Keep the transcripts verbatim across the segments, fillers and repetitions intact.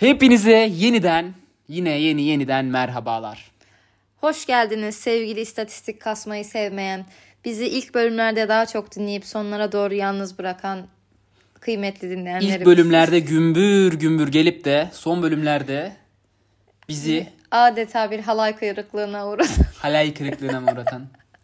Hepinize yeniden, yine yeni yeniden merhabalar. Hoş geldiniz sevgili istatistik kasmayı sevmeyen, bizi ilk bölümlerde daha çok dinleyip sonlara doğru yalnız bırakan kıymetli dinleyenlerimiz. İlk bölümlerde gümbür gümbür gelip de son bölümlerde bizi adeta bir halay kırıklığına uğratan. halay kırıklığına mı uğratan?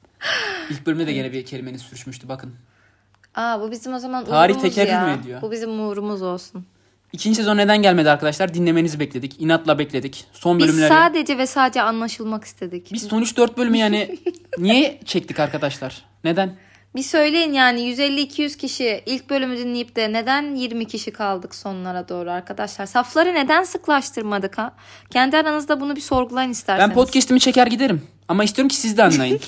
İlk bölümde de gene bir kelimeniz sürçmüştü bakın. Aa bu bizim o zaman Tarih uğrumuz tekerrür ya. mü ediyor? Bu bizim uğrumuz olsun. İkinci sezon neden gelmedi arkadaşlar? Dinlemenizi bekledik. İnatla bekledik. Son Biz bölümleri... sadece ve sadece anlaşılmak istedik. Biz son üç dört bölümü yani niye çektik arkadaşlar? Neden? Bir söyleyin yani yüz elli iki yüz kişi ilk bölümü dinleyip de neden yirmi kişi kaldık sonlara doğru arkadaşlar? Safları neden sıklaştırmadık ha? Kendi aranızda bunu bir sorgulayın isterseniz. Ben podcast'imi çeker giderim. Ama istiyorum ki siz de anlayın.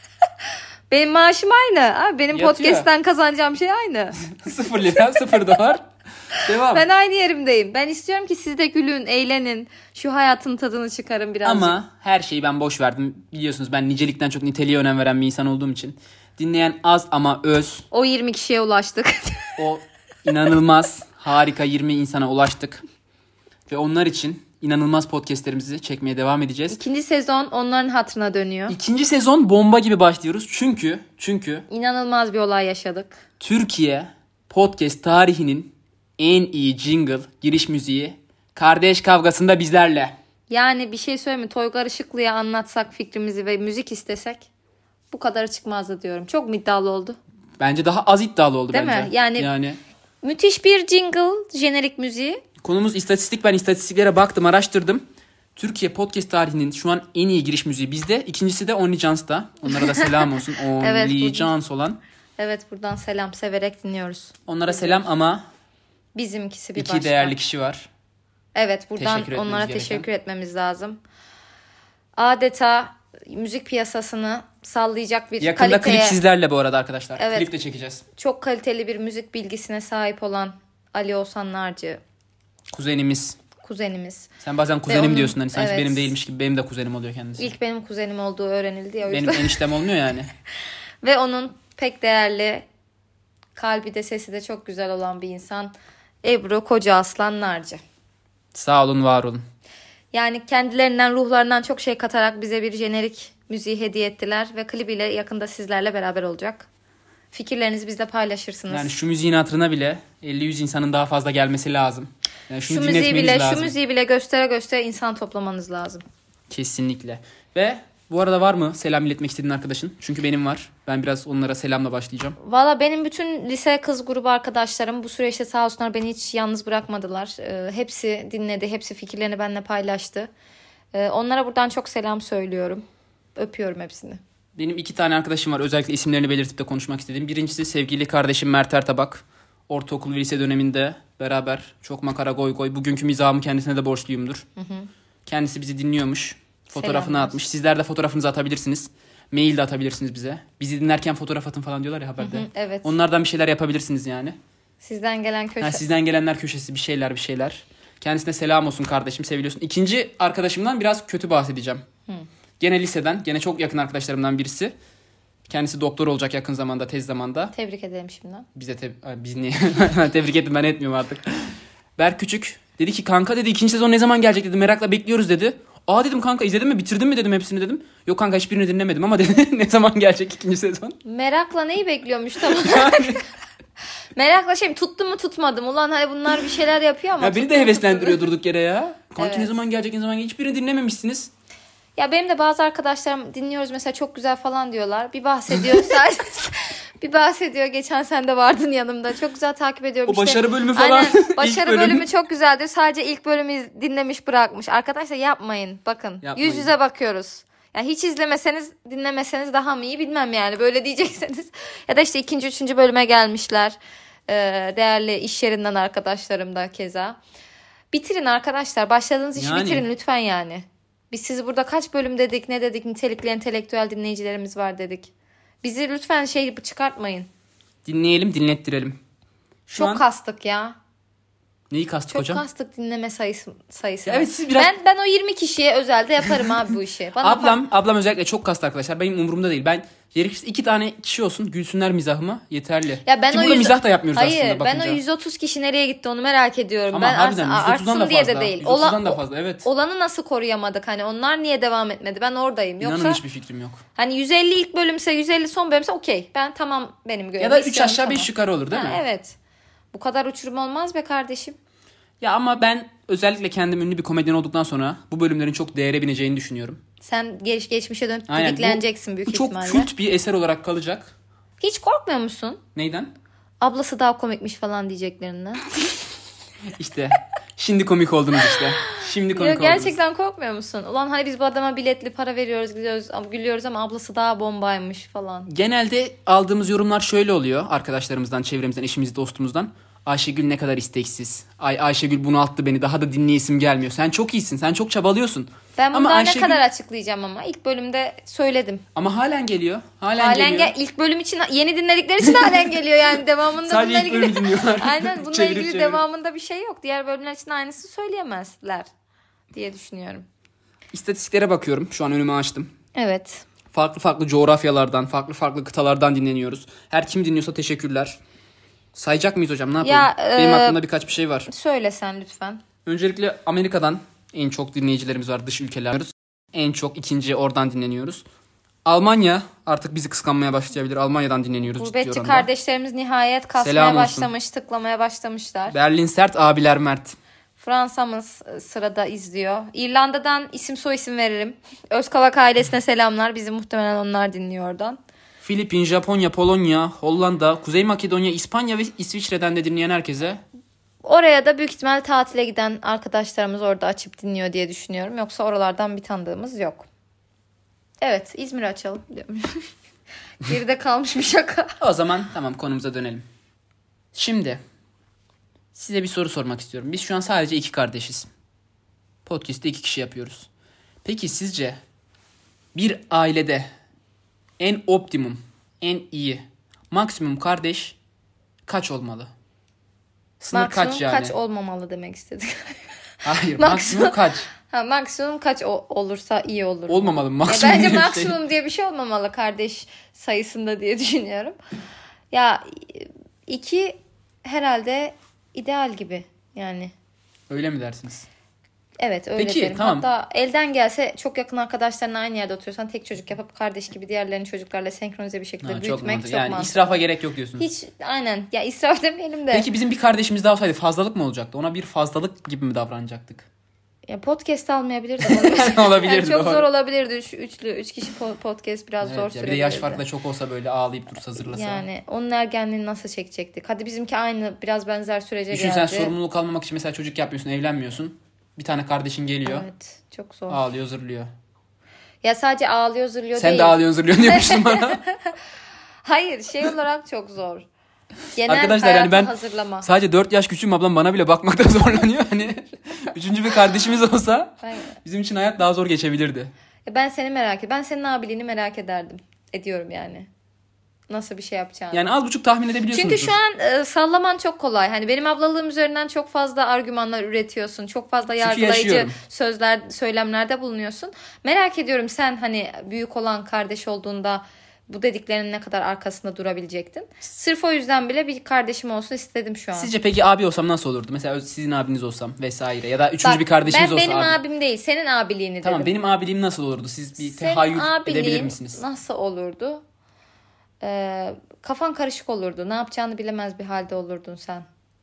Benim maaşım aynı. Abi, benim Yatıyor. podcast'ten kazanacağım şey aynı. Sıfır lira, sıfır dolar. Devam. Ben aynı yerimdeyim. Ben istiyorum ki siz de gülün, eğlenin. Şu hayatın tadını çıkarın birazcık. Ama her şeyi ben boş verdim. Biliyorsunuz ben nicelikten çok niteliğe önem veren bir insan olduğum için. Dinleyen az ama öz. O yirmi kişiye ulaştık. O inanılmaz, harika yirmi insana ulaştık. Ve onlar için inanılmaz podcastlerimizi çekmeye devam edeceğiz. İkinci sezon onların hatırına dönüyor. İkinci sezon bomba gibi başlıyoruz. Çünkü, çünkü... İnanılmaz bir olay yaşadık. Türkiye podcast tarihinin en iyi jingle, giriş müziği, kardeş kavgasında bizlerle. Yani bir şey söyleyeyim mi? Toygar Işıklı'ya anlatsak fikrimizi ve müzik istesek bu kadarı çıkmazdı diyorum. Çok mu iddialı oldu? Bence daha az iddialı oldu Değil bence. mi? Yani, yani müthiş bir jingle, jenerik müziği. Konumuz istatistik. Ben istatistiklere baktım, araştırdım. Türkiye podcast tarihinin şu an en iyi giriş müziği bizde. İkincisi de Only Johns'ta. Onlara da selam olsun. Only Evet, Johns olan. Evet buradan selam severek dinliyoruz. Onlara selam ama bizimkisi bir iki başka. değerli kişi var. Evet buradan Teşekkür onlara etmemiz teşekkür gereken. etmemiz lazım. Adeta müzik piyasasını sallayacak bir Yakında kaliteye, klip sizlerle bu arada arkadaşlar. Evet. Klip de çekeceğiz. çok kaliteli bir müzik bilgisine sahip olan Ali Oğuzhan Narcı Kuzenimiz. kuzenimiz. Sen bazen kuzenim onun- diyorsun hani sanki evet. benim değilmiş gibi, benim de kuzenim oluyor kendisi. İlk benim kuzenim olduğu öğrenildi ya o Benim yüzden. eniştem olmuyor yani. Ve onun pek değerli, kalbi de sesi de çok güzel olan bir insan Ebru Koca Aslan Narcı. Sağ olun, var olun. Yani kendilerinden, ruhlarından çok şey katarak bize bir jenerik müziği hediye ettiler ve klibiyle yakında sizlerle beraber olacak. Fikirlerinizi bizle paylaşırsınız. Yani şu müziğin hatırına bile elli yüz insanın daha fazla gelmesi lazım. Yani şunu şu müziği dinletmeniz bile, lazım. şu müziği bile göstere göstere insan toplamanız lazım. Kesinlikle. Ve bu arada var mı selam iletmek istediğin arkadaşın? Çünkü benim var. Ben biraz onlara selamla başlayacağım. Valla benim bütün lise kız grubu arkadaşlarım bu süreçte sağ olsunlar beni hiç yalnız bırakmadılar. Ee, hepsi dinledi, hepsi fikirlerini benimle paylaştı. Ee, onlara buradan çok selam söylüyorum. Öpüyorum hepsini. Benim iki tane arkadaşım var. Özellikle isimlerini belirtip de konuşmak istediğim. Birincisi sevgili kardeşim Mert Ertabak. Ortaokul ve lise döneminde beraber çok makara goy goy. Bugünkü mizahımı kendisine de borçluyumdur. Hı hı. Kendisi bizi dinliyormuş. Fotoğrafını Selamlar. atmış. Sizler de fotoğrafınızı atabilirsiniz. Mail de atabilirsiniz bize. Bizi dinlerken fotoğraf atın falan diyorlar ya haberde. Hı hı, evet. Onlardan bir şeyler yapabilirsiniz yani. Sizden gelen köşe. Ha, sizden gelenler köşesi bir şeyler bir şeyler. Kendisine selam olsun kardeşim, seviliyorsun. İkinci arkadaşımdan biraz kötü bahsedeceğim. Hı. Gene liseden, gene çok yakın arkadaşlarımdan birisi. Kendisi doktor olacak yakın zamanda, tez zamanda. Tebrik ederim şimdiden. Bize te- Ay, biz niye? Tebrik ettim, ben etmiyorum artık. Berk Küçük dedi ki kanka dedi ikinci sezon ne zaman gelecek dedi, merakla bekliyoruz dedi. Aa dedim kanka izledin mi, bitirdin mi dedim hepsini dedim. Yok kanka hiçbirini dinlemedim ama dedi ne zaman gelecek ikinci sezon. Merakla neyi bekliyormuş tamam. Merakla şey tuttu mu tutmadım. Ulan hani bunlar bir şeyler yapıyor ama. Ya beni de heveslendiriyor durduk yere ya. Kanki Evet. ne zaman gelecek ne zaman gelecek, hiçbirini dinlememişsiniz. Ya benim de bazı arkadaşlarım dinliyoruz mesela çok güzel falan diyorlar. Bir bahsediyor sadece. Bir bahsediyor. Geçen sen de vardın yanımda. Çok güzel takip ediyorum. O işte. başarı bölümü falan. Aynen. İlk Başarı bölüm. bölümü çok güzeldir. Sadece ilk bölümü dinlemiş bırakmış. Arkadaşlar yapmayın. Bakın. Yapmayın. Yüz yüze bakıyoruz. Yani hiç izlemeseniz dinlemeseniz daha mı iyi bilmem yani. Böyle diyecekseniz. Ya da işte ikinci, üçüncü bölüme gelmişler. Ee, değerli iş yerinden arkadaşlarım da keza. Bitirin arkadaşlar. Başladığınız işi Yani. bitirin lütfen yani. Biz sizi burada kaç bölüm dedik, ne dedik, nitelikli entelektüel dinleyicilerimiz var dedik. Bizi lütfen şey çıkartmayın. Dinleyelim, dinlettirelim. Şu Çok an kastık ya. Neyi kastık Çok hocam? kastık dinleme sayısı sayısı. Evet, siz biraz... Ben ben o yirmi kişiye özelde yaparım abi bu işi. Bana ablam bak... ablam özellikle çok kastı arkadaşlar. Benim umurumda değil. Ben gerekirse iki tane kişi olsun gülsünler mizahıma yeterli. Ya ben Ki o burada yüz... mizah da yapmıyoruz Hayır, aslında bakınca. ben o yüz otuz kişi nereye gitti onu merak ediyorum. Ama ben harbiden ars- yüz otuzdan da artsın diye fazla. de değil. yüz otuzdan Ola... da fazla evet. Olanı nasıl koruyamadık? Hani onlar niye devam etmedi? Ben oradayım. Yoksa İnanın hiçbir fikrim yok. hani yüz elli ilk bölümse yüz elli son bölümse okey. Ben tamam benim görevim. Ya da üç aşağı beş yukarı olur değil ha, mi? Evet. Bu kadar uçurum olmaz be kardeşim. Ya ama ben özellikle kendim ünlü bir komedyen olduktan sonra bu bölümlerin çok değere bineceğini düşünüyorum. Sen geç, geçmişe dönüp Aynen, didikleneceksin bu, büyük bu çok ihtimalle. kült bir eser olarak kalacak. Hiç korkmuyor musun? Neyden? Ablası daha komikmiş falan diyeceklerinden. İşte şimdi komik oldunuz işte. Şimdi komik Ya oldunuz. gerçekten korkmuyor musun? Ulan hani biz bu adama biletli para veriyoruz, gidiyoruz, gülüyoruz ama ablası daha bombaymış falan. Genelde aldığımız yorumlar şöyle oluyor arkadaşlarımızdan, çevremizden, eşimiz, dostumuzdan. Ayşegül ne kadar isteksiz. Ay Ayşegül bunalttı beni. Daha da dinleyesim gelmiyor. Sen çok iyisin. Sen çok çabalıyorsun. Ben bunu ama daha Ayşegül... ne kadar açıklayacağım ama ilk bölümde söyledim. Ama halen geliyor. Halen, Halen geliyor. gel ilk bölüm için yeni dinledikleri için halen geliyor yani devamında Sadece bununla ilk ilgili. bölümü dinliyorlar. Aynen bununla Çevirip ilgili çevirip. devamında bir şey yok. Diğer bölümler için aynısı söyleyemezler diye düşünüyorum. İstatistiklere bakıyorum. Şu an önümü açtım. Evet. Farklı farklı coğrafyalardan, farklı farklı kıtalardan dinleniyoruz. Her kim dinliyorsa teşekkürler. Sayacak mıyız hocam? Ne yapalım? Ya, Benim e, aklımda birkaç bir şey var. Söyle sen lütfen. Öncelikle Amerika'dan en çok dinleyicilerimiz var. Dış ülkeler. En çok ikinci oradan dinleniyoruz. Almanya artık bizi kıskanmaya başlayabilir. Almanya'dan dinleniyoruz ciddi Gurbetçi oranda. kardeşlerimiz nihayet kasmaya Selam olsun. başlamış, tıklamaya başlamışlar. Berlin sert, abiler mert. Fransa'mız sırada izliyor. İrlanda'dan isim soy isim veririm. Özkavak ailesine selamlar. Bizi muhtemelen onlar dinliyor oradan. Filipin, Japonya, Polonya, Hollanda, Kuzey Makedonya, İspanya ve İsviçre'den de dinleyen herkese. Oraya da büyük ihtimal tatile giden arkadaşlarımız orada açıp dinliyor diye düşünüyorum. Yoksa oralardan bir tanıdığımız yok. Evet, İzmir'i açalım diyorum. Geride kalmış bir şaka. O zaman tamam konumuza dönelim. Şimdi size bir soru sormak istiyorum. Biz şu an sadece iki kardeşiz. Podcast'te iki kişi yapıyoruz. Peki sizce bir ailede en optimum, en iyi, maksimum kardeş kaç olmalı? Sınır Maksimum kaç yani? kaç olmamalı demek istedik. Hayır, Maksimum- maksimum kaç? Ha, maksimum kaç o- olursa iyi olur. Olmamalı mı? Ya Maksimum bence diye bir maksimum şey. diye bir şey olmamalı kardeş sayısında diye düşünüyorum. Ya iki herhalde ideal gibi yani. Öyle mi dersiniz? Evet öyle Peki, derim. tamam. Hatta elden gelse çok yakın arkadaşlarınla aynı yerde oturuyorsan tek çocuk yapıp kardeş gibi diğerlerini çocuklarla senkronize bir şekilde Ha, çok büyütmek mantıklı. çok Yani mantıklı. israfa gerek yok diyorsunuz. Hiç aynen ya israf demeyelim de. Peki bizim bir kardeşimiz daha olsaydı fazlalık mı olacaktı? Ona bir fazlalık gibi mi davranacaktık? Ya podcast almayabilirdi. Olabilirdi, Yani çok doğru. zor olabilirdi. Üç, üçlü, üç kişi po- podcast biraz Evet, zor ya sürebilirdi. bir de yaş farkı da çok olsa böyle ağlayıp dursa zırlasa. Yani onun ergenliğini nasıl çekecektik? Hadi bizimki aynı biraz benzer sürece Düşün geldi. sen sorumluluk almamak için mesela çocuk yapmıyorsun, evlenmiyorsun. Bir tane kardeşin geliyor. Evet çok zor. Ağlıyor, zırlıyor. Ya sadece ağlıyor zırlıyor Sen değil. de ağlıyorsun, zırlıyorsun diyormuşsun bana. Hayır şey olarak çok zor. Genel Arkadaşlar hayata yani ben hazırlama. sadece dört yaş küçüğüm, ablam bana bile bakmakta zorlanıyor. Hani üçüncü bir kardeşimiz olsa Ben, bizim için hayat daha zor geçebilirdi. ben seni merak ediyorum. Ben senin abiliğini merak ederdim. Ediyorum yani. Nasıl bir şey yapacağını. Yani az buçuk tahmin edebiliyorsunuz. Çünkü şu an e, sallaman çok kolay. Hani benim ablalığım üzerinden çok fazla argümanlar üretiyorsun. Çok fazla yargılayıcı yaşıyorum. sözler, söylemlerde bulunuyorsun. Merak ediyorum sen hani büyük olan kardeş olduğunda bu dediklerinin ne kadar arkasında durabilecektin. Sırf o yüzden bile bir kardeşim olsun istedim şu an. Sizce peki abi olsam nasıl olurdu? Mesela sizin abiniz olsam vesaire ya da üçüncü Bak, bir kardeşiniz ben olsa. benim abi. abim değil, senin abiliğini Tamam dedim. benim abiliğim nasıl olurdu? Siz bir Senin tehayyül abiliğin edebilir misiniz? nasıl olurdu? Ee, kafan karışık olurdu. Ne yapacağını bilemez bir halde olurdun sen.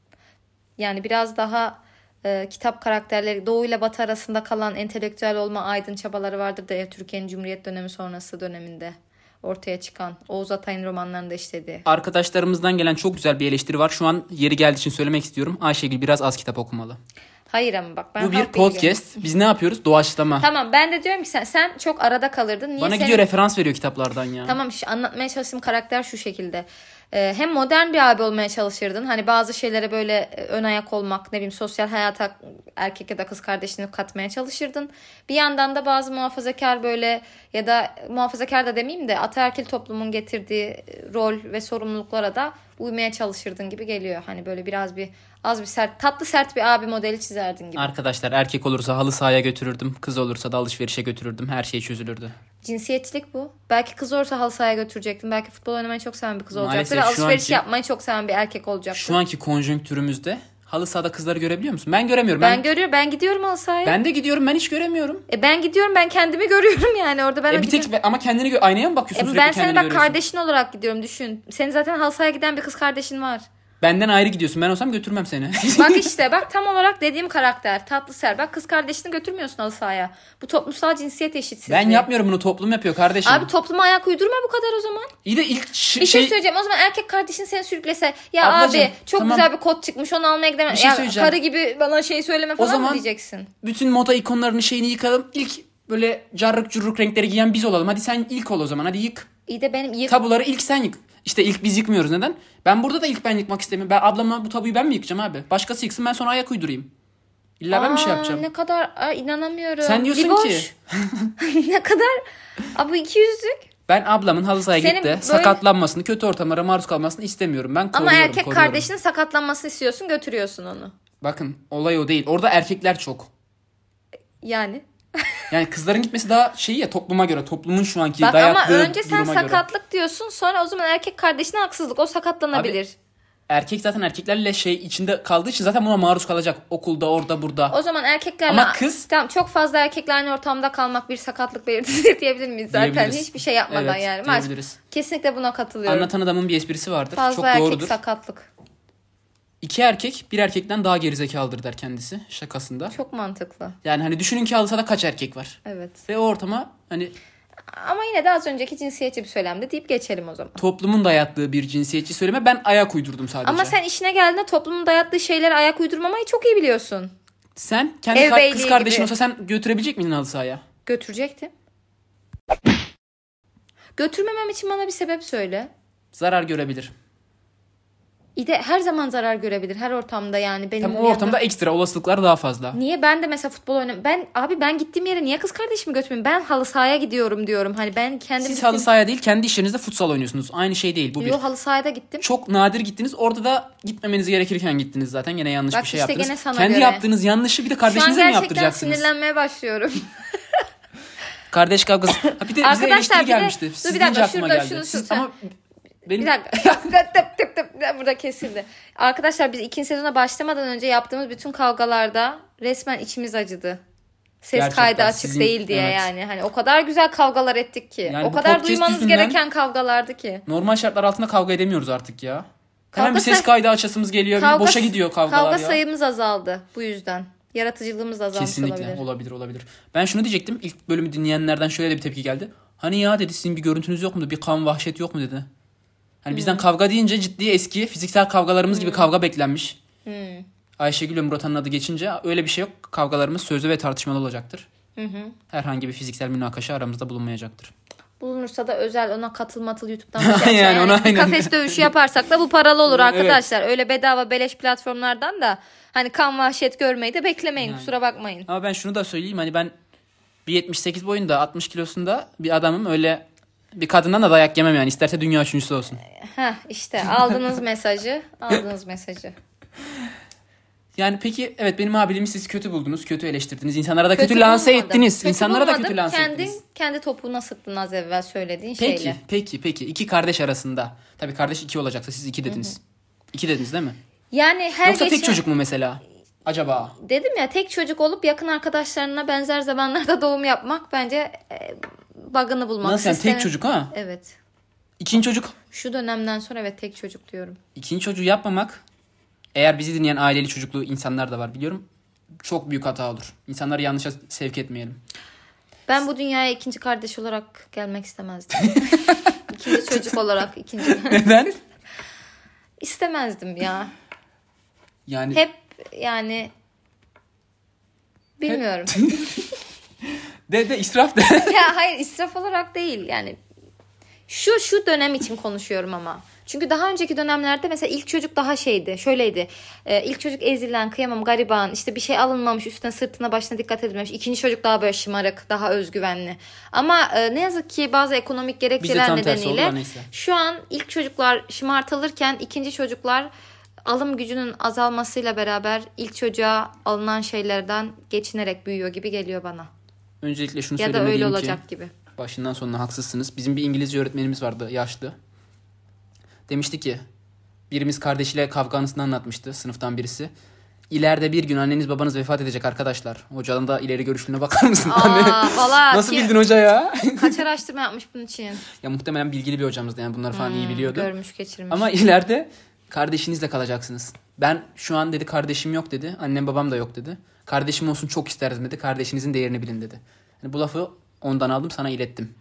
Yani biraz daha e, kitap karakterleri, Doğu ile Batı arasında kalan entelektüel olma aydın çabaları vardır da ya, Türkiye'nin Cumhuriyet dönemi sonrası döneminde ortaya çıkan Oğuz Atay'ın romanlarında işlediği. Arkadaşlarımızdan gelen çok güzel bir eleştiri var. Şu an yeri geldiği için söylemek istiyorum. Ayşegül biraz az kitap okumalı. Hayır ama bak ben Bu bir halk bilgi- podcast. Biz ne yapıyoruz? Doğaçlama. Tamam ben de diyorum ki sen, sen çok arada kalırdın. Niye Bana senin... gidiyor referans veriyor kitaplardan ya. Tamam işte anlatmaya çalıştığım karakter şu şekilde. Ee, hem modern bir abi olmaya çalışırdın. Hani bazı şeylere böyle ön ayak olmak, ne bileyim sosyal hayata erkek ya da kız kardeşini katmaya çalışırdın. Bir yandan da bazı muhafazakar böyle ya da muhafazakar da demeyeyim de ataerkil toplumun getirdiği rol ve sorumluluklara da uymaya çalışırdın gibi geliyor. Hani böyle biraz bir az bir sert, tatlı sert bir abi modeli çizerdin gibi. Arkadaşlar erkek olursa halı sahaya götürürdüm. Kız olursa da alışverişe götürürdüm. Her şey çözülürdü. Cinsiyetçilik bu. Belki kız olursa halı sahaya götürecektin. Belki futbol oynamayı çok seven bir kız olacaktı. Maalesef Ve şu alışveriş anki- yapmayı çok seven bir erkek olacaktı. Şu anki konjonktürümüzde halı sahada kızları görebiliyor musun? Ben göremiyorum. Ben, Ben, görüyorum. Ben gidiyorum halı sahaya. ben de gidiyorum. Ben hiç göremiyorum. E ben gidiyorum. Ben kendimi görüyorum yani orada. Ben E de bir tek gidiyorum. ama kendini gö- aynaya mı bakıyorsun E sürekli ben kendini senin bak görüyorsun? kardeşin olarak gidiyorum düşün. Senin zaten halı sahaya giden bir kız kardeşin var. Benden ayrı gidiyorsun. Ben olsam götürmem seni. Bak işte bak tam olarak dediğim karakter. Tatlı ser. Bak kız kardeşini götürmüyorsun halı sahaya. Bu toplumsal cinsiyet eşitsizliği. Ben yapmıyorum bunu. Toplum yapıyor kardeşim. Abi topluma ayak uydurma bu kadar o zaman. İyi de ilk ş- Bir şey, şey... söyleyeceğim. O zaman erkek kardeşin seni sürüklese ya Ablacığım, abi çok tamam. güzel bir kot çıkmış onu almaya gidemem. Bir şey Ya söyleyeceğim. karı gibi bana şey söyleme falan zaman- mı diyeceksin? Bütün moda ikonlarının şeyini yıkalım. İlk böyle carrık curruk renkleri giyen biz olalım. Hadi sen ilk ol o zaman. Hadi yık. İyi de benim yık... Tabuları ilk sen yık. İşte ilk biz yıkmıyoruz. Neden? Ben burada da ilk ben yıkmak istemiyorum. Ben ablama bu tabuyu ben mi yıkacağım abi? Başkası yıksın ben sonra ayak uydurayım. İlla ben bir şey Aa, yapacağım. Ne kadar Aa, inanamıyorum. Sen diyorsun Liboş. ki ne kadar Aa, bu iki yüzlük. ben ablamın halı sahaya Senin gitti. böyle- Sakatlanmasını, kötü ortamlara maruz kalmasını istemiyorum. Ben Ama koruyorum. erkek koruyorum. kardeşinin sakatlanmasını istiyorsun götürüyorsun onu. Bakın olay o değil. Orada erkekler çok. Yani. Yani kızların gitmesi daha şey ya topluma göre. Toplumun şu anki Bak dayattığı ama önce sen duruma göre. sakatlık diyorsun sonra o zaman erkek kardeşine haksızlık. O sakatlanabilir. Erkek zaten erkeklerle şey içinde kaldığı için zaten buna maruz kalacak. Okulda, orada, burada. O zaman erkeklerle... Ama kız- Tamam çok fazla erkekle aynı ortamda kalmak bir sakatlık belirtisidir diyebilir miyiz zaten? Diyebiliriz. Hiçbir şey yapmadan Evet, yani. Maalesef. diyebiliriz. Kesinlikle buna katılıyorum. Anlatan adamın bir esprisi vardır. Fazla Çok erkek doğrudur. sakatlık. İki erkek bir erkekten daha gerizekalıdır der kendisi şakasında. Çok mantıklı. Yani hani düşünün ki halı sahada kaç erkek var. Evet. Ve o ortama hani Ama yine de az önceki cinsiyetçi bir söylemde deyip geçelim o zaman. toplumun dayattığı bir cinsiyetçi söyleme ben ayak uydurdum sadece. Ama sen işine geldiğinde toplumun dayattığı şeylere ayak uydurmamayı çok iyi biliyorsun. Sen kendi Ev kar- beyliği kız kardeşin gibi. olsa sen götürebilecek miydin halı sahaya? Götürecektim. Götürmemem için bana bir sebep söyle. Zarar görebilir. İyi de her zaman zarar görebilir. Her ortamda yani. Benim Tam o yanımda- ortamda ekstra olasılıklar daha fazla. Niye ben de mesela futbol oynam? Ben abi ben gittiğim yere niye kız kardeşimi götürmeyeyim? Ben halı sahaya gidiyorum diyorum. Hani ben kendim Siz gittim. halı sahaya değil kendi iş yerinizde futsal oynuyorsunuz. Aynı şey değil bu bir. Yo halı sahaya da gittim. Çok nadir gittiniz. Orada da gitmemeniz gerekirken gittiniz zaten. Gene yanlış Bak bir şey işte yaptınız. gene sana Kendi göre. yaptığınız yanlışı bir de Şu an kardeşinize mi gerçekten yaptıracaksınız? sinirlenmeye başlıyorum. Kardeş kavgası. Ha, bir de bize Arkadaşlar, eleştiri bir de- gelmişti. dur Siz bir deyince dakika, aklıma şurada geldi. şunu Siz, söyle. ama benim Bir dakika. Tıp tıp tıp tıp. Burada kesildi. Arkadaşlar biz ikinci sezona başlamadan önce yaptığımız bütün kavgalarda resmen içimiz acıdı. Ses Gerçekten kaydı açık sizin- değil diye evet. yani. Hani o kadar güzel kavgalar ettik ki. Yani o bu kadar podcast duymanız yüzünden- gereken kavgalardı ki. normal şartlar altında kavga edemiyoruz artık ya. Hemen Kavga bir ses say- kaydı açasımız geliyor. bir Kavga- boşa gidiyor kavgalar Kavga ya. sayımız azaldı bu yüzden. Yaratıcılığımız azalmış Kesinlikle olabilir. olabilir olabilir. Ben şunu diyecektim. İlk bölümü dinleyenlerden şöyle de bir tepki geldi. Hani ya dedi sizin bir görüntünüz yok mu? Bir kan vahşet yok mu dedi. Hani bizden kavga deyince ciddi eski fiziksel kavgalarımız gibi kavga beklenmiş. Hmm. Ayşegül ve Murat'ın adı geçince öyle bir şey yok. Kavgalarımız sözlü ve tartışmalı olacaktır. Hı hı. Herhangi bir fiziksel münakaşa aramızda bulunmayacaktır. Bulunursa da özel ona katıl matıl YouTube'dan bir şey Yani yani, ona bir aynen. kafes dövüşü yaparsak da bu paralı olur Evet. arkadaşlar. Öyle bedava beleş platformlardan da hani kan vahşet görmeyi de beklemeyin Yani. kusura bakmayın. Ama ben şunu da söyleyeyim. Hani ben bir yetmiş sekiz boyunda altmış kilosunda bir adamım. Öyle bir kadından da dayak yemem yani. İsterse dünya üçüncüsü olsun. Heh işte aldınız mesajı aldınız mesajı. Yani peki evet benim abiliğimi siz kötü buldunuz. Kötü eleştirdiniz. İnsanlara da kötü, Kötü lanse bulmadım. ettiniz. Kötü İnsanlara da bulmadım. kötü lanse Kendin, ettiniz. kendi topuğuna sıktın az evvel söylediğin Peki şeyle. peki peki. İki kardeş arasında. Tabii kardeş iki olacaksa siz iki dediniz. İki dediniz değil mi? Yani her Yoksa geçen... tek çocuk mu mesela? Acaba? Dedim ya tek çocuk olup yakın arkadaşlarına benzer zamanlarda doğum yapmak bence e, bug'ını bulmak. Nasıl yani Sistemin- tek çocuk ha? Evet. İkinci çocuk. Şu dönemden sonra evet tek çocuk diyorum. İkinci çocuğu yapmamak. Eğer bizi dinleyen aileli çocuklu insanlar da var biliyorum. Çok büyük hata olur. İnsanları yanlışa sevk etmeyelim. Ben bu dünyaya ikinci kardeş olarak gelmek istemezdim. İkinci çocuk olarak ikinci. Neden? İstemezdim ya. Yani Hep yani bilmiyorum. de de israf de. Ya hayır israf olarak değil yani. Şu şu dönem için konuşuyorum ama. Çünkü daha önceki dönemlerde mesela ilk çocuk daha şeydi. Şöyleydi. E, ilk çocuk ezilen, kıyamam, gariban, işte bir şey alınmamış, üstüne sırtına başına dikkat edilmemiş. İkinci çocuk daha böyle şımarık, daha özgüvenli. Ama e, ne yazık ki bazı ekonomik gerekçeler nedeniyle şu an ilk çocuklar şımartılırken ikinci çocuklar alım gücünün azalmasıyla beraber ilk çocuğa alınan şeylerden geçinerek büyüyor gibi geliyor bana. Öncelikle şunu ya söylemeliyim ki. Ya da öyle olacak gibi. Başından sonuna haksızsınız. Bizim bir İngilizce öğretmenimiz vardı, yaşlı. Demişti ki, birimiz kardeşiyle kavga anısını anlatmıştı, sınıftan birisi. İleride bir gün anneniz babanız vefat edecek arkadaşlar. Hocanın da ileri görüşlüğüne bakar mısın? Aa, valla nasıl ki, bildin hoca ya? Kaç araştırma yapmış bunun için? Ya muhtemelen bilgili bir hocamızdı, yani bunları falan hmm, iyi biliyordu. Görmüş geçirmiş. Ama ileride kardeşinizle kalacaksınız. Ben şu an dedi kardeşim yok dedi. Annem babam da yok dedi. Kardeşim olsun çok isterdim dedi. Kardeşinizin değerini bilin dedi. Yani bu lafı ondan aldım, sana ilettim.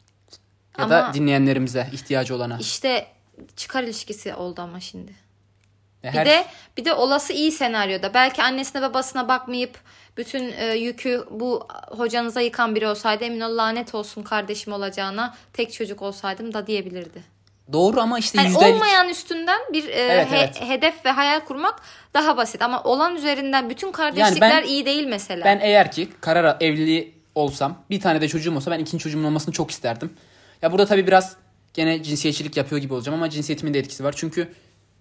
Ya ama da dinleyenlerimize, ihtiyacı olana. İşte çıkar ilişkisi oldu ama şimdi. Ya bir her... de bir de olası iyi senaryoda belki annesine babasına bakmayıp bütün e, yükü bu hocanıza yıkan biri olsaydı, emin ol lanet olsun kardeşim olacağına, tek çocuk olsaydım da diyebilirdi. Doğru ama işte yani yüzdelik... olmayan üstünden bir e, evet, he, evet. hedef ve hayal kurmak daha basit. Ama olan üzerinden bütün kardeşlikler yani ben, iyi değil mesela. Ben eğer ki karar evliliği olsam, bir tane de çocuğum olsa ben ikinci çocuğumun olmasını çok isterdim. Ya burada tabii biraz gene cinsiyetçilik yapıyor gibi olacağım ama cinsiyetimin de etkisi var. Çünkü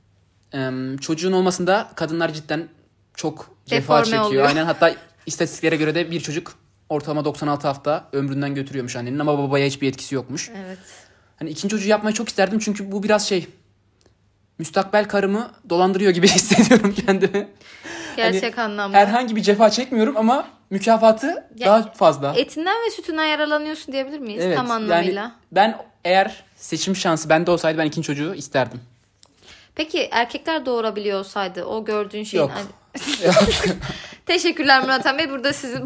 e, çocuğun olmasında kadınlar cidden çok cefa Deforme çekiyor. oluyor. Aynen, hatta istatistiklere göre de bir çocuk ortalama doksan altı hafta ömründen götürüyormuş annenin ama babaya hiçbir etkisi yokmuş. Evet. Hani ikinci çocuğu yapmayı çok isterdim çünkü bu biraz şey, müstakbel karımı dolandırıyor gibi hissediyorum kendimi. Gerçek hani anlamda. Herhangi bir cefa çekmiyorum ama mükafatı ya, daha fazla. Etinden ve sütünden yararlanıyorsun diyebilir miyiz? Evet, tam anlamıyla. Yani ben eğer seçim şansı bende olsaydı ben ikinci çocuğu isterdim. Peki erkekler doğurabiliyor olsaydı o gördüğün şeyin... Yok. Teşekkürler Murat Han Bey. Burada sizin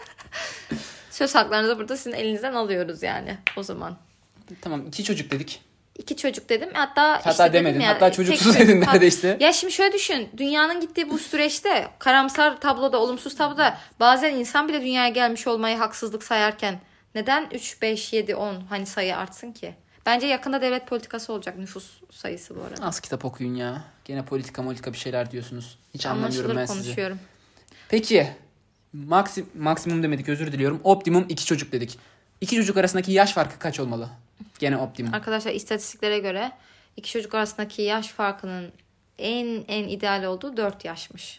söz haklarınızı burada sizin elinizden alıyoruz yani o zaman. Tamam, iki çocuk dedik. İki çocuk dedim. Hatta Hatta işte demedin. dedim ya, hatta çocuksuz dedin neredeyse. Ya şimdi şöyle düşün. Dünyanın gittiği bu süreçte karamsar tabloda, olumsuz tabloda bazen insan bile dünyaya gelmiş olmayı haksızlık sayarken neden üç, beş, yedi, on hani sayı artsın ki? Bence yakında devlet politikası olacak nüfus sayısı bu arada. Az kitap okuyun ya. Gene politika politika bir şeyler diyorsunuz. Hiç anlamıyorum ben sizi. Konuşuyorum. Peki. Maksim, maksimum demedik, özür diliyorum. Optimum iki çocuk dedik. İki çocuk arasındaki yaş farkı kaç olmalı? Gene optimum. Arkadaşlar istatistiklere göre iki çocuk arasındaki yaş farkının en en ideal olduğu dört yaşmış.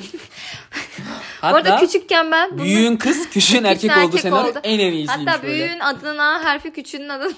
Hatta bu arada küçükken ben... Bunu... Büyüğün kız, küçüğün erkek, erkek olduğu senaryo oldu. En en iyisiymiş. Hatta büyüğün böyle. Adının A harfi, küçüğünün adının...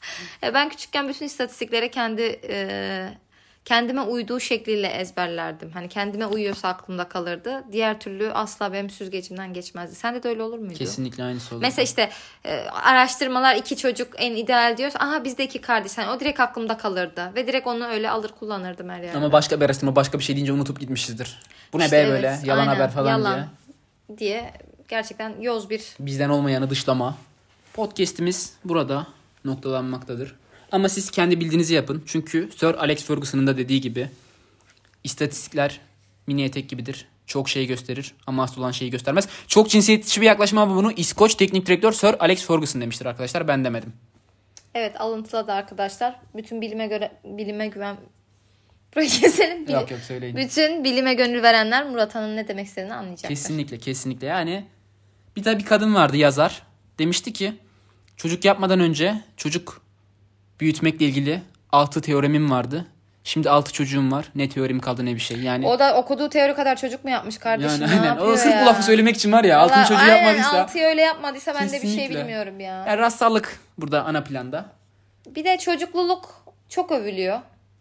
ben küçükken bütün istatistiklere kendi... E... kendime uyduğu şekliyle ezberlerdim. Hani kendime uyuyorsa aklımda kalırdı. Diğer türlü asla benim süzgecimden geçmezdi. Sende de öyle olur muydu? Kesinlikle aynısı olur. Mesela işte e, araştırmalar iki çocuk en ideal diyorsa, aha biz de iki kardeş. Yani o direkt aklımda kalırdı. Ve direkt onu öyle alır kullanırdım her yerde. Ama başka bir araştırma, başka bir şey deyince unutup gitmişizdir. Bu ne işte be evet, böyle yalan aynen, haber falan yalan diye. diye. Gerçekten yoz bir. Bizden olmayanı dışlama. Podcast'imiz burada noktalanmaktadır. Ama siz kendi bildiğinizi yapın. Çünkü Sir Alex Ferguson'un da dediği gibi istatistikler mini etek gibidir. Çok şey gösterir ama asıl olan şeyi göstermez. Çok cinsiyetçi bir yaklaşım ama bunu İskoç teknik direktör Sir Alex Ferguson demiştir arkadaşlar. Ben demedim. Evet, alıntıladı arkadaşlar. Bütün bilime göre bilime güven... Burayı keselim. Yok yok söyleyin. Bütün bilime gönül verenler Murat Han'ın ne demek istediğini anlayacaklar. Kesinlikle kesinlikle. Yani bir de bir kadın vardı, yazar. Demişti ki çocuk yapmadan önce çocuk büyütmekle ilgili altı teoremim vardı. Şimdi altı çocuğum var. Ne teorim kaldı ne bir şey. Yani o da okuduğu teori kadar çocuk mu yapmış kardeşim? Yani, ne aynen. O sırf ya? bu lafı söylemek için var ya. Altın çocuğu aynen, yapmadıysa. Altıyı öyle yapmadıysa ben kesinlikle. de bir şey bilmiyorum ya. Yani rastsallık burada ana planda. Bir de çocukluluk çok övülüyor.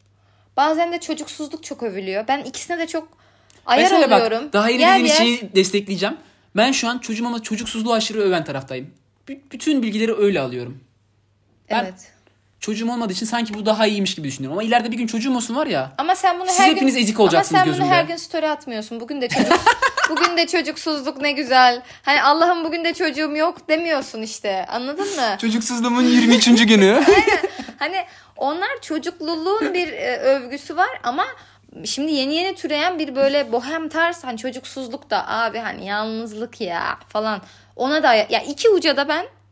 Bazen de çocuksuzluk çok övülüyor. Ben ikisine de çok ayar mesela oluyorum. Bak, daha yeni yer dediğiniz yer... şeyi destekleyeceğim. Ben şu an çocuğum ama çocuksuzluğu aşırı öven taraftayım. B- bütün bilgileri öyle alıyorum. Ben evet. Çocuğum olmadığı için sanki bu daha iyiymiş gibi düşünüyorum. Ama ileride bir gün çocuğum olsun var ya. Ama sen bunu siz her hepiniz gün, ezik olacaksınız gözümde. Ama sen bunu her gün story atmıyorsun. Bugün de çocuk bugün de çocuksuzluk ne güzel. Hani Allah'ım bugün de çocuğum yok demiyorsun işte. Anladın mı? Çocuksuzluğumun yirmi üçüncü günü. Aynen. Hani onlar çocukluluğun bir e, övgüsü var ama şimdi yeni yeni türeyen bir böyle bohem tarz, hani çocuksuzluk da abi hani yalnızlık ya falan. Ona da ya iki uca da ben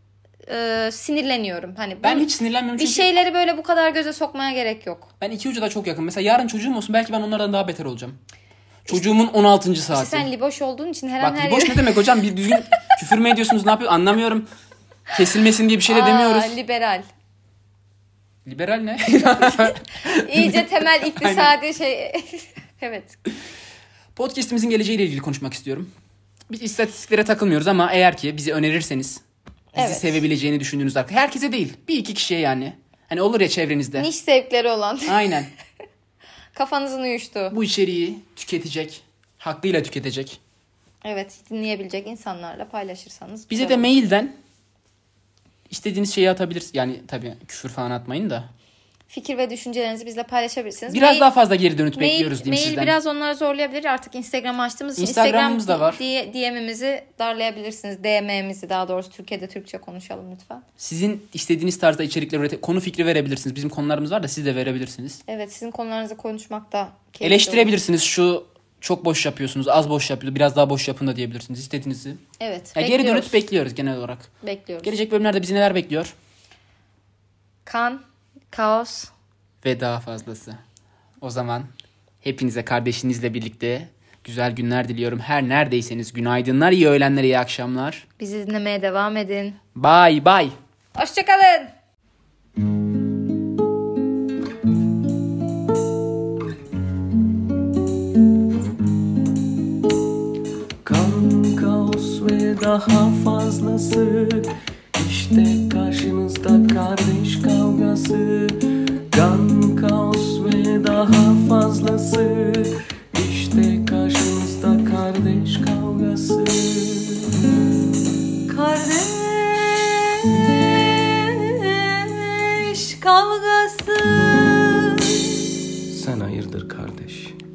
e, sinirleniyorum. Hani Ben bu, hiç sinirlenmiyorum bir çünkü şeyleri böyle bu kadar göze sokmaya gerek yok. ben iki ucu da çok yakın. Mesela yarın çocuğum olsun belki ben onlardan daha beter olacağım. Çocuğumun on altıncı saati. İşte sen liboş olduğun için her an Bak her liboş yere... ne demek hocam? Bir düzgün küfür mü ediyorsunuz? Ne yapıyor? Anlamıyorum. Kesilmesin diye bir şey de Aa, demiyoruz. liberal. Liberal ne? İyice temel iktisadi şey. Evet. Podcast'imizin geleceğiyle ilgili konuşmak istiyorum. Biz istatistiklere takılmıyoruz ama eğer ki bizi önerirseniz bizi Evet. sevebileceğini düşündüğünüz arkadaşlar. Herkese değil. Bir iki kişiye yani. Hani olur ya çevrenizde. Niş zevkleri olan. Aynen. Kafanızın uyuştuğu. Bu içeriği tüketecek. Hakkıyla tüketecek. Evet, dinleyebilecek insanlarla paylaşırsanız. Bize güzel de olur. mailden istediğiniz şeyi atabilirsiniz. Yani tabii küfür falan atmayın da. Fikir ve düşüncelerinizi bizle paylaşabilirsiniz. Biraz Mail- daha fazla geri dönüt Mail, bekliyoruz diyeyim mail sizden. biraz onları zorlayabilir. Artık Instagram açtığımız için Instagram'ımız Instagram da var. D- D M'imizi darlayabilirsiniz. D M'mizi daha doğrusu Türkiye'de Türkçe konuşalım lütfen. Sizin istediğiniz tarzda içerikler üret, konu fikri verebilirsiniz. Bizim konularımız var da siz de verebilirsiniz. Evet, sizin konularınızı konuşmak da keyifli olur. Eleştirebilirsiniz. Şu çok boş yapıyorsunuz, az boş yapıyor, biraz daha boş yapın da diyebilirsiniz istediğinizi. Evet, Ya geri bekliyoruz. dönüt bekliyoruz genel olarak. Bekliyoruz. Gelecek bölümlerde bizi neler bekliyor? Kan, kaos. Ve daha fazlası. O zaman hepinize kardeşinizle birlikte güzel günler diliyorum. Her neredeyseniz günaydınlar, iyi öğlenler, iyi akşamlar. Bizi dinlemeye devam edin. Bye bye. Hoşçakalın. Kan, kaos ve daha fazlası. İşte karşınızda kardeş kavgası. Kan, kaos ve daha fazlası. İşte karşınızda kardeş kavgası. Kardeş kavgası. Sen hayırdır kardeş?